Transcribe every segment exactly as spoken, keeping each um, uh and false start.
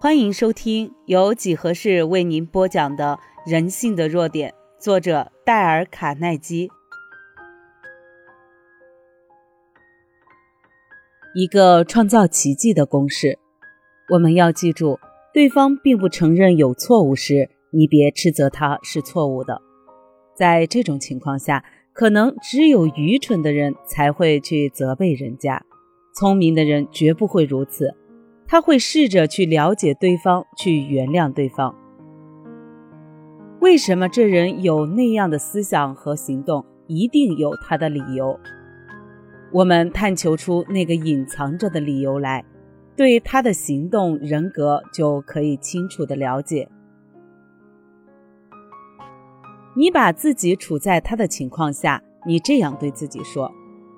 欢迎收听由几何式为您播讲的人性的弱点，作者戴尔·卡耐基。一个创造奇迹的公式，我们要记住，对方并不承认有错误时，你别斥责他是错误的。在这种情况下，可能只有愚蠢的人才会去责备人家，聪明的人绝不会如此。他会试着去了解对方，去原谅对方。为什么这人有那样的思想和行动，一定有他的理由。我们探求出那个隐藏着的理由来，对他的行动、人格就可以清楚地了解。你把自己处在他的情况下，你这样对自己说：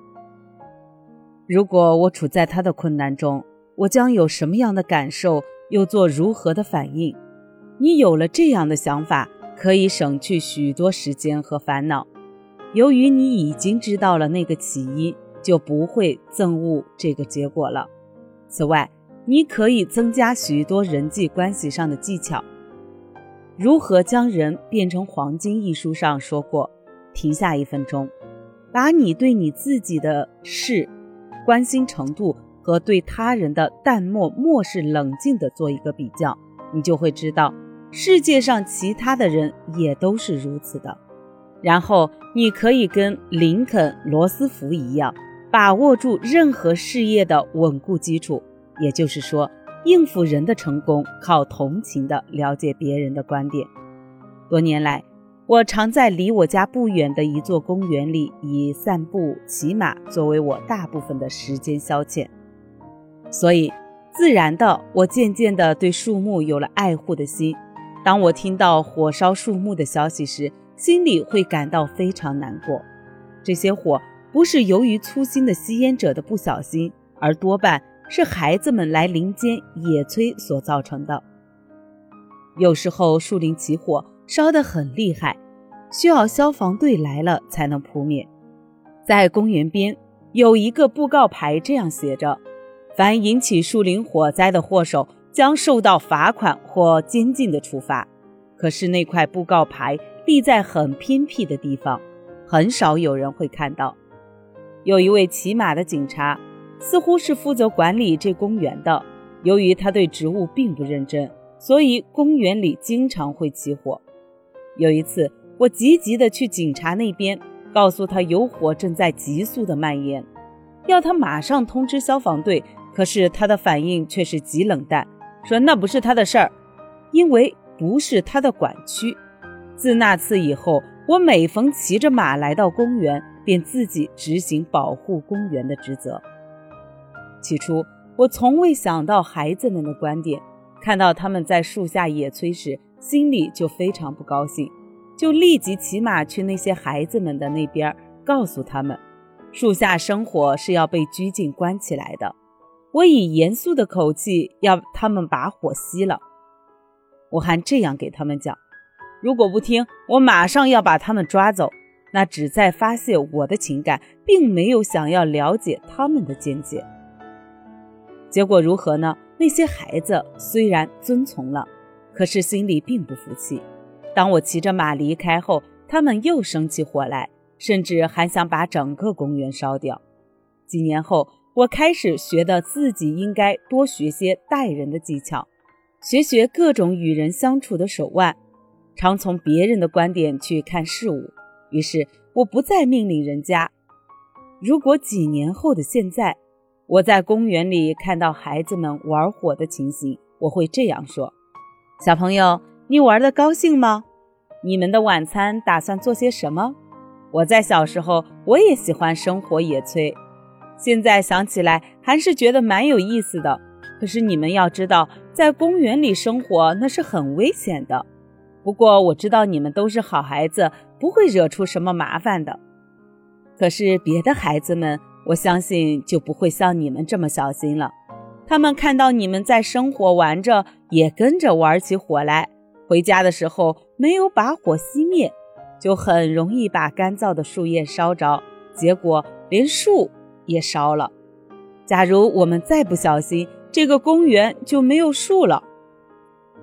如果我处在他的困难中，我将有什么样的感受，又做如何的反应？你有了这样的想法，可以省去许多时间和烦恼。由于你已经知道了那个起因，就不会憎恶这个结果了。此外，你可以增加许多人际关系上的技巧。如何将人变成黄金一书上说过，停下一分钟，把你对你自己的事关心程度和对他人的淡漠、漠视、冷静地做一个比较，你就会知道世界上其他的人也都是如此的。然后你可以跟林肯、罗斯福一样，把握住任何事业的稳固基础，也就是说，应付人的成功靠同情地了解别人的观点。多年来，我常在离我家不远的一座公园里，以散步、骑马作为我大部分的时间消遣。所以自然的，我渐渐地对树木有了爱护的心。当我听到火烧树木的消息时，心里会感到非常难过。这些火不是由于粗心的吸烟者的不小心，而多半是孩子们来林间野炊所造成的。有时候树林起火烧得很厉害，需要消防队来了才能扑灭。在公园边有一个布告牌，这样写着：凡引起树林火灾的祸首将受到罚款或监禁的处罚。可是那块布告牌立在很偏僻的地方，很少有人会看到。有一位骑马的警察，似乎是负责管理这公园的，由于他对植物并不认真，所以公园里经常会起火。有一次，我急急地去警察那边，告诉他有火正在急速地蔓延，要他马上通知消防队。可是他的反应却是极冷淡，说那不是他的事儿，因为不是他的管区。自那次以后，我每逢骑着马来到公园，便自己执行保护公园的职责。起初，我从未想到孩子们的观点，看到他们在树下野炊时，心里就非常不高兴，就立即骑马去那些孩子们的那边，告诉他们，树下生火是要被拘禁关起来的。我以严肃的口气要他们把火熄了。我还这样给他们讲，如果不听，我马上要把他们抓走。那只在发泄我的情感，并没有想要了解他们的见解。结果如何呢？那些孩子虽然遵从了，可是心里并不服气。当我骑着马离开后，他们又生起火来，甚至还想把整个公园烧掉。几年后，我开始觉得自己应该多学些待人的技巧，学学各种与人相处的手腕，常从别人的观点去看事物。于是我不再命令人家。如果几年后的现在，我在公园里看到孩子们玩火的情形，我会这样说：小朋友，你玩得高兴吗？你们的晚餐打算做些什么？我在小时候，我也喜欢生火野炊，现在想起来还是觉得蛮有意思的。可是你们要知道，在公园里生火那是很危险的。不过我知道你们都是好孩子，不会惹出什么麻烦的。可是别的孩子们，我相信就不会像你们这么小心了。他们看到你们在生火玩着，也跟着玩起火来。回家的时候没有把火熄灭，就很容易把干燥的树叶烧着，结果连树也烧了。假如我们再不小心，这个公园就没有树了。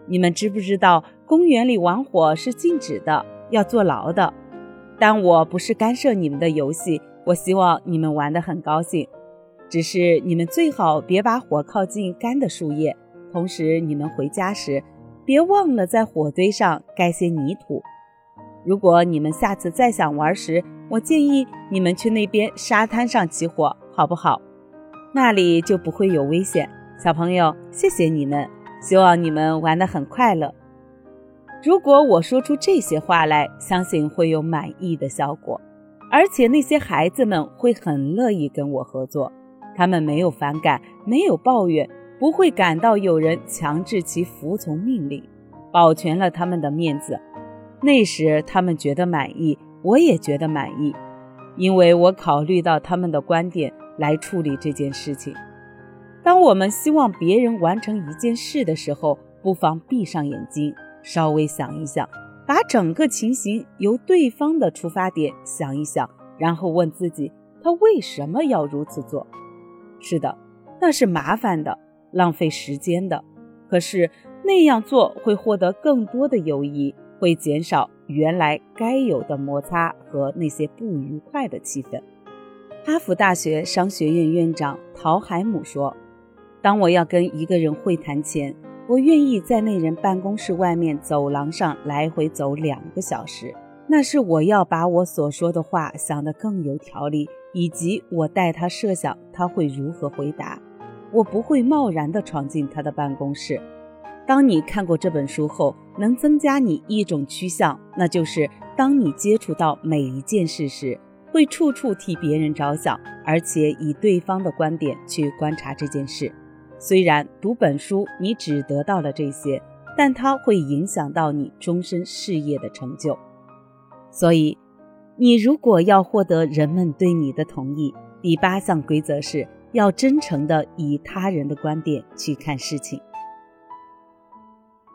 你们知不知道公园里玩火是禁止的，要坐牢的？但我不是干涉你们的游戏，我希望你们玩得很高兴。只是你们最好别把火靠近干的树叶，同时你们回家时别忘了在火堆上盖些泥土。如果你们下次再想玩时，我建议你们去那边沙滩上起火，好不好？那里就不会有危险。小朋友，谢谢你们，希望你们玩得很快乐。如果我说出这些话来，相信会有满意的效果，而且那些孩子们会很乐意跟我合作。他们没有反感，没有抱怨，不会感到有人强制其服从命令，保全了他们的面子。那时他们觉得满意，我也觉得满意，因为我考虑到他们的观点来处理这件事情。当我们希望别人完成一件事的时候，不妨闭上眼睛，稍微想一想，把整个情形由对方的出发点想一想，然后问自己，他为什么要如此做？是的，那是麻烦的，浪费时间的，可是那样做会获得更多的友谊，会减少原来该有的摩擦和那些不愉快的气氛。哈佛大学商学院院长陶海姆说，当我要跟一个人会谈前，我愿意在那人办公室外面走廊上来回走两个小时，那是我要把我所说的话想得更有条理，以及我带他设想他会如何回答。我不会贸然地闯进他的办公室。当你看过这本书后，能增加你一种趋向，那就是当你接触到每一件事时，会处处替别人着想，而且以对方的观点去观察这件事。虽然读本书你只得到了这些，但它会影响到你终身事业的成就。所以你如果要获得人们对你的同意，第八项规则是要真诚地以他人的观点去看事情。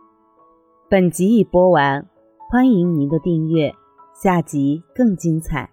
本集已播完，欢迎您的订阅，下集更精彩。